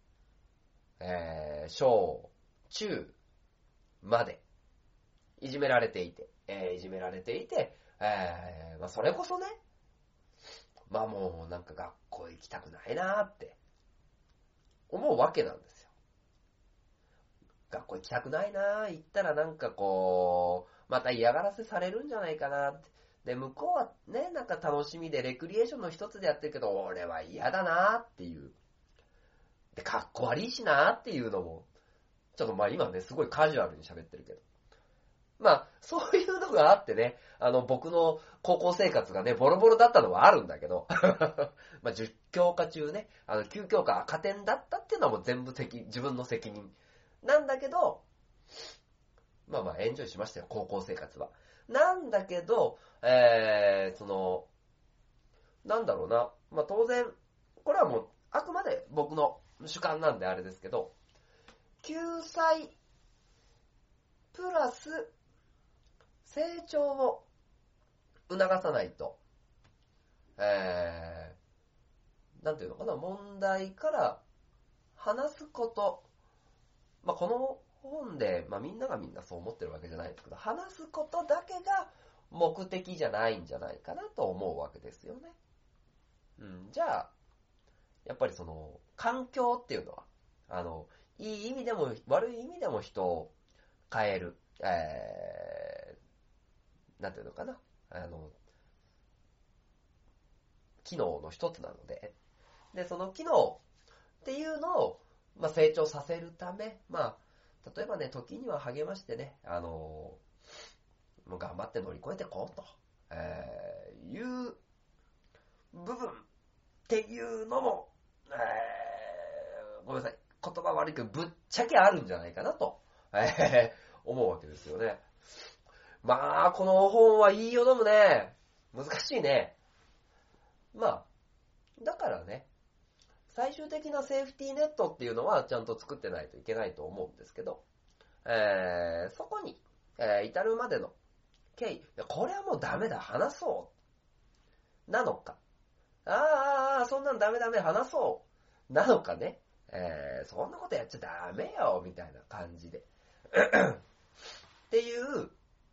小、中まで、いじめられていて、まあそれこそね、まあもうなんか学校行きたくないなーって思うわけなんですよ。学校行きたくないなー、行ったらなんかこう、また嫌がらせされるんじゃないかなって。で、向こうはね、なんか楽しみでレクリエーションの一つでやってるけど、俺は嫌だなーっていう。で、かっこ悪いしなーっていうのも、ちょっとまあ今ね、すごいカジュアルに喋ってるけど。まあ、そういうのがあってね、僕の高校生活がね、ボロボロだったのはあるんだけど、まあ、10教科中ね、9教科赤点だったっていうのはもう全部自分の責任なんだけど、まあまあ、エンジョイしましたよ、高校生活は。なんだけど、なんだろうな、まあ当然、これはもう、あくまで僕の主観なんであれですけど、救済、プラス、成長を促さないと、なんていうのかな、問題から話すこと、まあ、この本で、まあ、みんながみんなそう思ってるわけじゃないですけど、話すことだけが目的じゃないんじゃないかなと思うわけですよね。じゃあ、やっぱりその、環境っていうのは、 いい意味でも悪い意味でも人を変える、なんていうのかな、機能の一つなので、で、その機能っていうのを、成長させるため、例えばね、時には励ましてね、もう頑張って乗り越えてこうと、いう部分っていうのも、ごめんなさい、言葉悪いけど、ぶっちゃけあるんじゃないかなと、思うわけですよね。この本は言いよどむね。難しいね。だからね、最終的なセーフティーネットっていうのはちゃんと作ってないといけないと思うんですけど、そこに、至るまでの経緯、これはもうダメだ、話そう。なのか。そんなんダメ話そう。なのかね。そんなことやっちゃダメよ、みたいな感じで。っていう、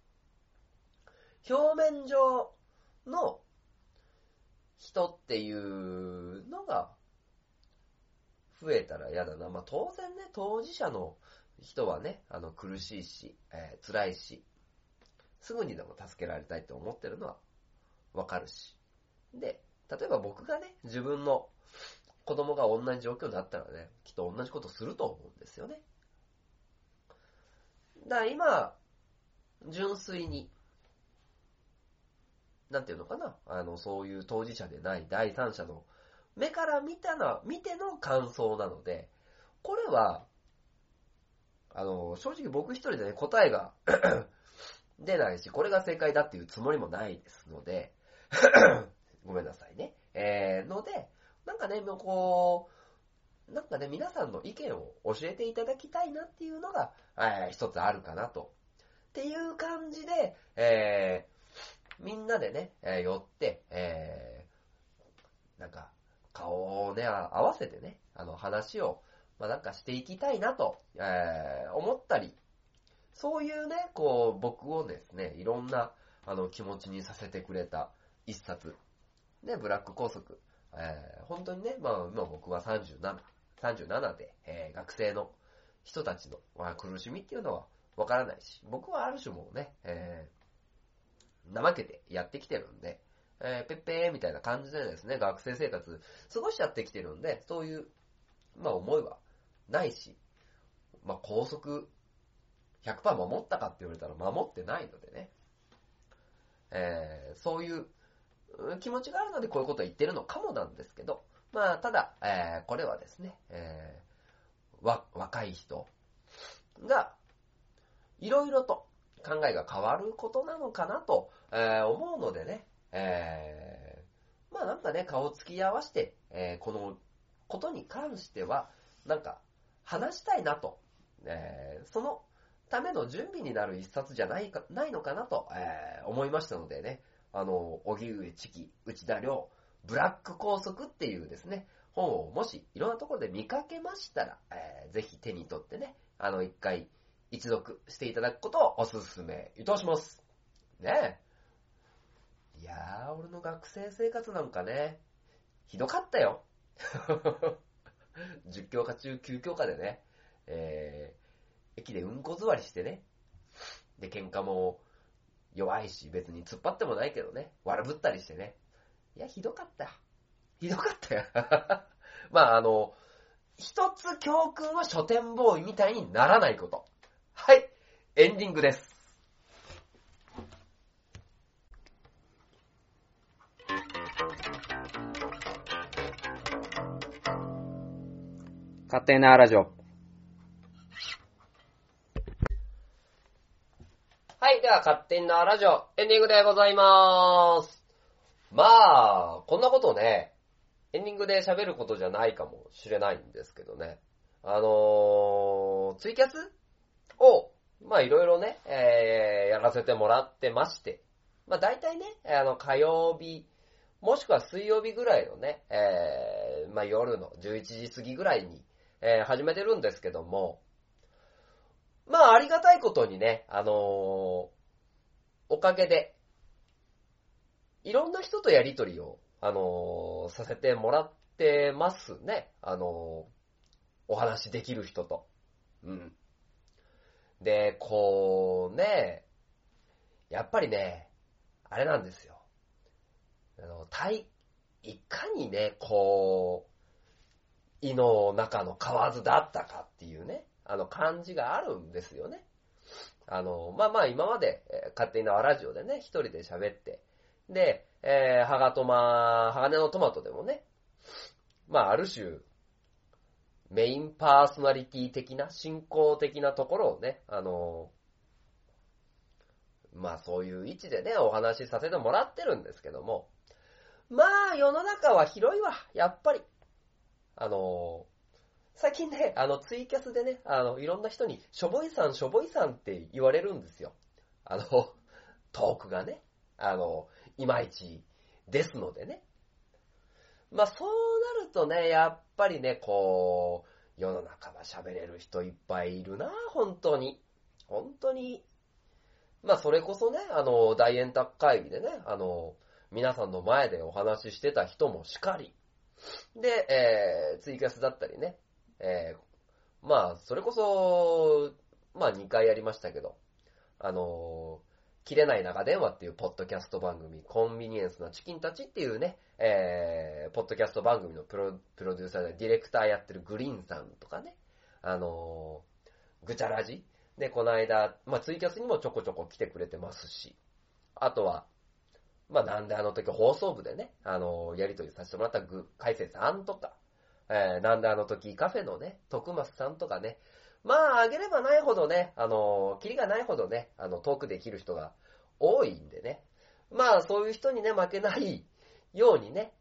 表面上の人っていうのが増えたら嫌だな。当然ね、当事者の人はね、苦しいし、辛いし、すぐにでも助けられたいと思ってるのはわかるし。で、例えば僕がね、自分の子供が同じ状況になったらね、きっと同じことすると思うんですよね。だから今、純粋に、なんていうのかな、そういう当事者でない第三者の目から見ての感想なので、これは、正直僕一人でね、答えが出ないし、これが正解だっていうつもりもないですので、ごめんなさいね。ので、なんかね、皆さんの意見を教えていただきたいなっていうのが、一つあるかなと。っていう感じで、みんなでね、寄って、顔をね、合わせてね、話を、していきたいなと、思ったり、そういうね、僕をですね、いろんな、気持ちにさせてくれた一冊。ね、ブラック校則。本当にね、今僕は37で、学生の人たちの、苦しみっていうのはわからないし、僕はある種もうね、怠けてやってきてるんで、ペッペーみたいな感じでですね、学生生活過ごしちゃってきてるんで、そういう、思いはないし、校則 100% 守ったかって言われたら守ってないのでね、そういう気持ちがあるのでこういうことを言ってるのかもなんですけど、ただ、これはですね、若い人がいろいろと考えが変わることなのかなと、思うのでね、顔つき合わせて、このことに関しては、話したいなと、そのための準備になる一冊じゃないのかなと、思いましたのでね、荻上チキ、内田亮、ブラック校則っていうですね、本をもしいろんなところで見かけましたら、ぜひ手に取ってね、一読していただくことをお勧めいたします。ねえ。いやー、俺の学生生活なんかね、ひどかったよ。10教科中9教科でね、駅でうんこ座りしてね、で、喧嘩も弱いし、別に突っ張ってもないけどね、悪ぶったりしてね。いや、ひどかった。ひどかったよ。一つ教訓は書店ボーイみたいにならないこと。はい、エンディングです。 勝手なラジオ。 はい、では勝手なラジオ、エンディングでございまーす。こんなことね、エンディングで喋ることじゃないかもしれないんですけどね。ツイキャスを、いろいろね、やらせてもらってまして、大体ね、火曜日、もしくは水曜日ぐらいのね、夜の11時過ぎぐらいに、始めてるんですけども、ありがたいことにね、おかげで、いろんな人とやりとりを、させてもらってますね。お話できる人と。 うん。で、こうね、やっぱりね、あれなんですよ。いかにね、こう、胃の中の蛙だったかっていうね、感じがあるんですよね。まあ今まで、勝手に縄ラジオでね、一人で喋って、で、鋼のトマトでもね、まあある種、メインパーソナリティ的な、進行的なところをね、まあそういう位置でね、お話しさせてもらってるんですけども、まあ世の中は広いわ、やっぱり。最近ね、ツイキャスでね、いろんな人に、しょぼいさんって言われるんですよ。トークがね、いまいちですのでね。まあそうなるとね、やっぱりね、こう、世の中は喋れる人いっぱいいるな、本当に。本当に。まあそれこそね、大円卓会議でね、皆さんの前でお話ししてた人もしかり。で、ツイキャスだったりね、まあそれこそ、まあ2回やりましたけど、切れない長電話っていうポッドキャスト番組、コンビニエンスなチキンたちっていうね、ポッドキャスト番組のプロデューサーでディレクターやってるグリーンさんとかね、ぐちゃらじで、この間、まあツイキャスにもちょこちょこ来てくれてますし、あとは、まあなんであの時放送部でね、やりとりさせてもらった海星さんとか、なんであの時カフェのね、徳松さんとかね、まあ、あげればないほどね、キリがないほどね、トークできる人が多いんでね。まあ、そういう人にね、負けないようにね、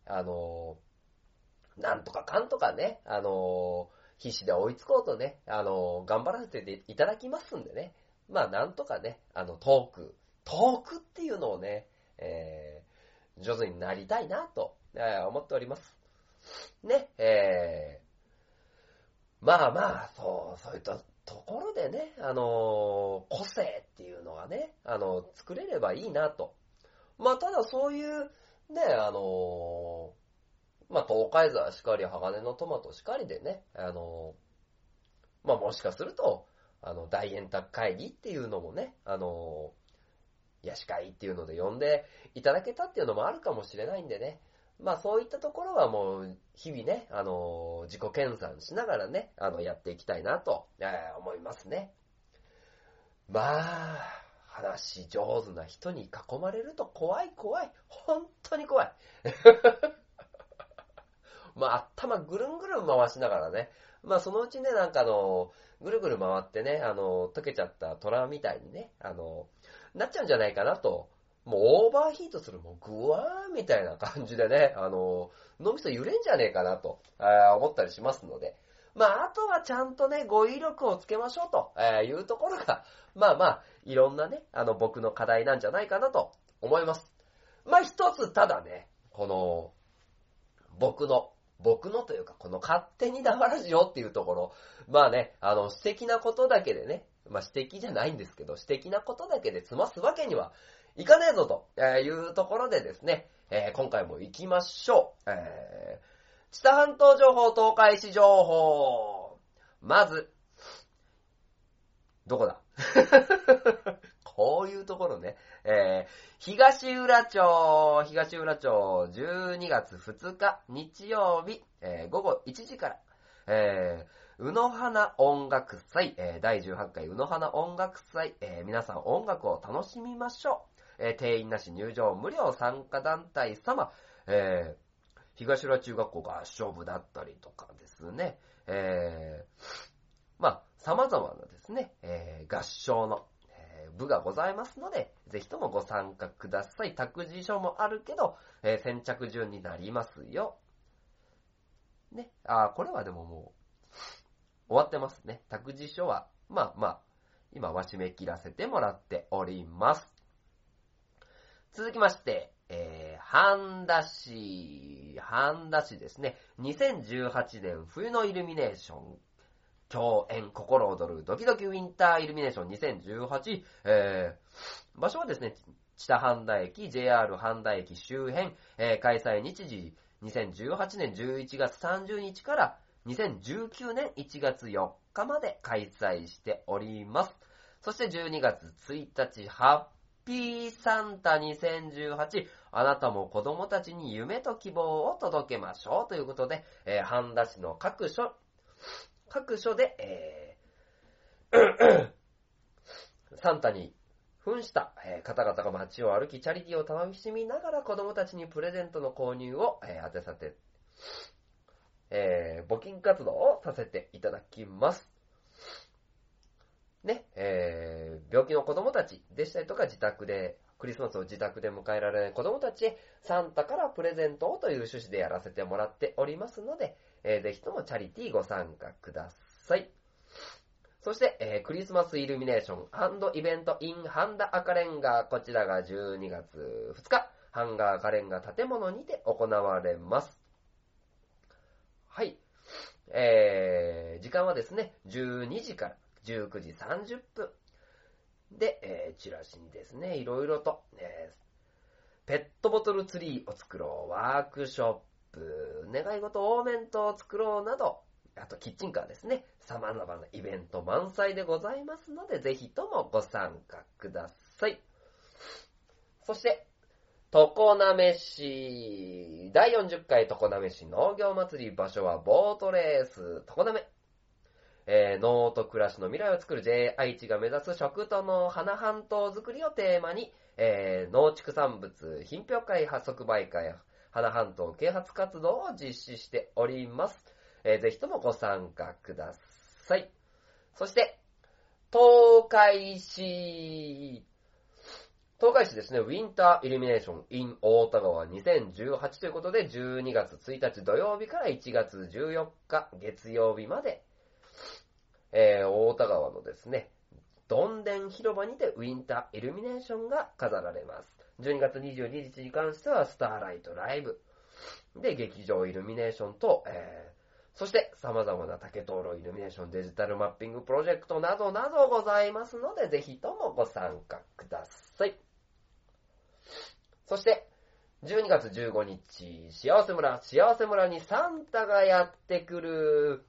なんとかかんとかね、必死で追いつこうとね、頑張らせていただきますんでね。まあ、なんとかね、トークっていうのをね、上手になりたいなと、思っております。ね、まあまあ、そういったところでね、個性っていうのがね、作れればいいなと。まあ、ただそういう、ね、まあ、東海沢しかり、鋼のトマトしかりでね、まあ、もしかすると、大円卓会議っていうのもね、ヤシ会っていうので呼んでいただけたっていうのもあるかもしれないんでね、まあそういったところはもう日々ね、自己研鑽しながらね、やっていきたいなと、思いますね。まあ、話上手な人に囲まれると怖い。本当に怖い。まあ頭ぐるんぐるん回しながらね、まあそのうちね、なんかぐるぐる回ってね、溶けちゃった虎みたいにね、なっちゃうんじゃないかなと。もうオーバーヒートする、もうグワーみたいな感じでね、脳みそ揺れんじゃねえかなと、思ったりしますので、まあ、あとはちゃんとね、語彙力をつけましょうと、いうところが、まあまあ、いろんなね、僕の課題なんじゃないかなと思います。まあ一つ、ただね、この、僕のというか、この勝手に縄ラジオっていうところ、まあね、素敵なことだけでね、まあ素敵じゃないんですけど、素敵なことだけで済ますわけにはいかねえぞというところでですね、今回も行きましょう。知多半島情報、東海市情報。まず、どこだこういうところね。東浦町12月2日日曜日、午後1時から、うの花音楽祭、第18回うの花音楽祭、皆さん音楽を楽しみましょう。定員なし入場無料参加団体様、東浦中学校合唱部だったりとかですね、まあ、様々なですね、合唱の、部がございますので、ぜひともご参加ください。託児所もあるけど、先着順になりますよ。ね、これはでももう、終わってますね。託児所は、まあ、今は締め切らせてもらっております。続きまして、半田市ですね。2018年冬のイルミネーション、共演心躍るドキドキウィンターイルミネーション2018、場所はですね、知多半田駅、JR 半田駅周辺、開催日時2018年11月30日から、 2019年1月4日まで開催しております。そして12月1日、ハッピーサンタ2018、あなたも子供たちに夢と希望を届けましょうということで、半田市の各所で、サンタに扮した、方々が街を歩き、チャリティーを楽しみながら子供たちにプレゼントの購入を、宛さて、募金活動をさせていただきます。ね、病気の子供たちでしたりとか、クリスマスを自宅で迎えられない子供たちへ、サンタからプレゼントをという趣旨でやらせてもらっておりますので、ぜひともチャリティーご参加ください。そして、クリスマスイルミネーション&イベント in 半田赤レンガ、こちらが12月2日、ハンガー赤レンガ建物にて行われます。はい。時間はですね、12時から19時30分。で、チラシにですね、いろいろと、ペットボトルツリーを作ろう、ワークショップ、願い事オーメントを作ろうなど、あとキッチンカーですね、様々なイベント満載でございますので、ぜひともご参加ください。そして、常滑市、第40回常滑市農業祭り、場所はボートレース、常滑。農と暮らしの未来を作る J 愛知が目指す食との花半島づくりをテーマに、農畜産物品評会即売会花半島啓発活動を実施しております。ぜひともご参加ください。そして、東海市ですね、ウィンターイルミネーション in 大田川2018ということで、12月1日土曜日から1月14日月曜日まで、大田川のですね、どんでん広場にてウィンターイルミネーションが飾られます。12月22日に関してはスターライトライブで劇場イルミネーションと、そして様々な竹灯籠イルミネーションデジタルマッピングプロジェクトなどなどございますので、ぜひともご参加ください。そして12月15日、幸せ村にサンタがやってくる。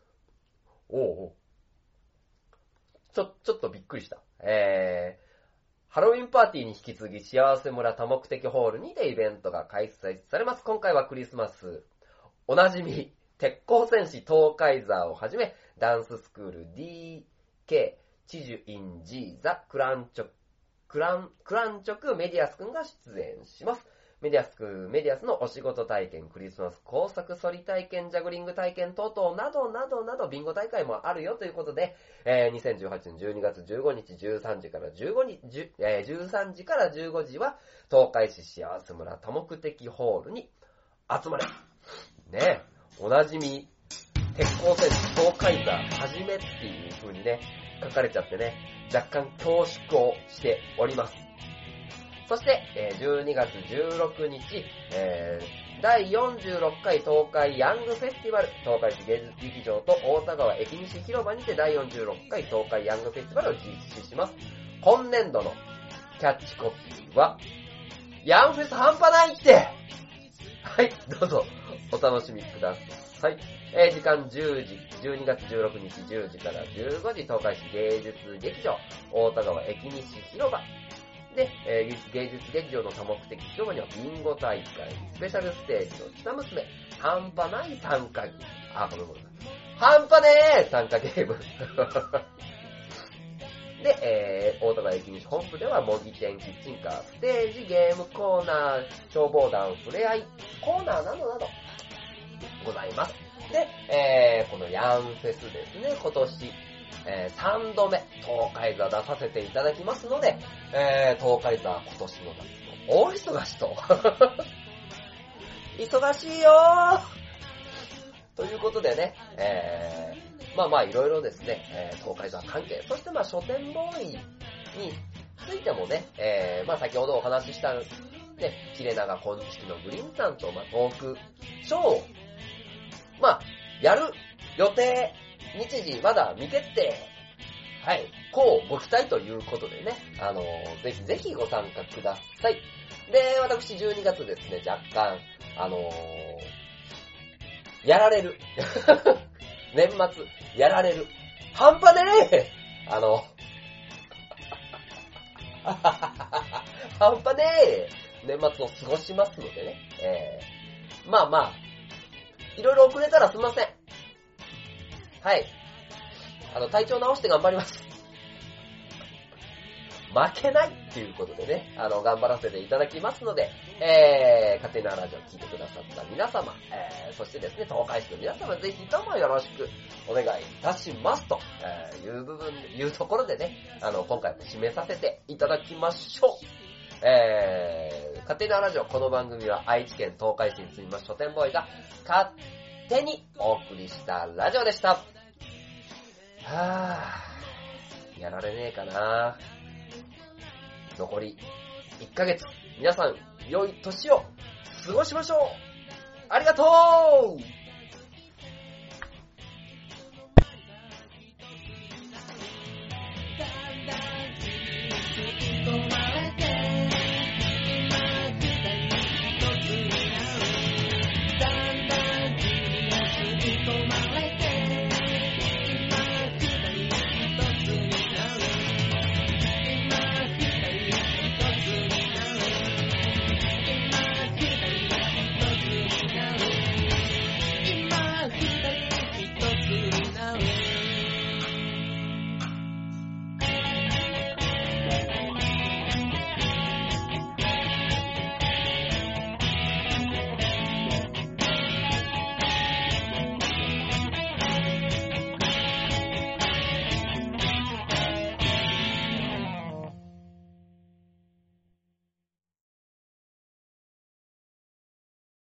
ちょっとびっくりした。ハロウィンパーティーに引き継ぎ、幸せ村多目的ホールにてイベントが開催されます。今回はクリスマス、おなじみ、鉄鋼戦士東海座をはじめ、ダンススクール DK、チジュイン G、ザ・クランチョクメディアスくんが出演します。メディアスのお仕事体験、クリスマス工作ソリ体験、ジャグリング体験等々などなどなどビンゴ大会もあるよということで、2018年12月15日13時から13時から15時は東海市幸せ村多目的ホールに集まれ。ね、おなじみ鉄鋼戦士東海座はじめっていう風にね書かれちゃってね、若干恐縮をしております。そして、12月16日、第46回東海ヤングフェスティバル、東海市芸術劇場と大田川駅西広場にて第46回東海ヤングフェスティバルを実施します。今年度のキャッチコピーは、ヤンフェス半端ないって。はい、どうぞお楽しみください。時間10時、12月16日10時から15時、東海市芸術劇場、大田川駅西広場。で、芸術劇場の多目的広場にはビンゴ大会、スペシャルステージの北娘、半端ない参加ゲーム。半端ねー参加ゲーム。で、大田川駅西本部では模擬店、キッチンカー、ステージ、ゲームコーナー、消防団、ふれあい、コーナーなどなどございます。で、このヤンフェスですね、今年、3度目、東海座出させていただきますので、東海座今年の夏の大忙しと。忙しいよーということでね、いろいろですね、東海座関係、そして書店ボーイについてもね、先ほどお話しした、ね、切れ長昆虫のグリーンさんと、トークショーを、やる予定、日時まだ未決定。はい。こうご期待ということでね、ぜひぜひご参加ください。で、私12月ですね、若干、 やられる。年末、やられる。半端ねえ半端ねえ年末を過ごしますのでね。まあまあ、いろいろ遅れたらすいません。はい。体調直して頑張ります。負けないっていうことでね、頑張らせていただきますので、勝手なラジオを聞いてくださった皆様、そしてですね、東海市の皆様、ぜひともよろしくお願いいたしますと、いうところでね、今回も締めさせていただきましょう。勝手なラジオ、この番組は愛知県東海市に住みます書店ボーイが勝手にお送りしたラジオでした。やられねえかな。残り1ヶ月、皆さん良い年を過ごしましょう。ありがとう。だんだん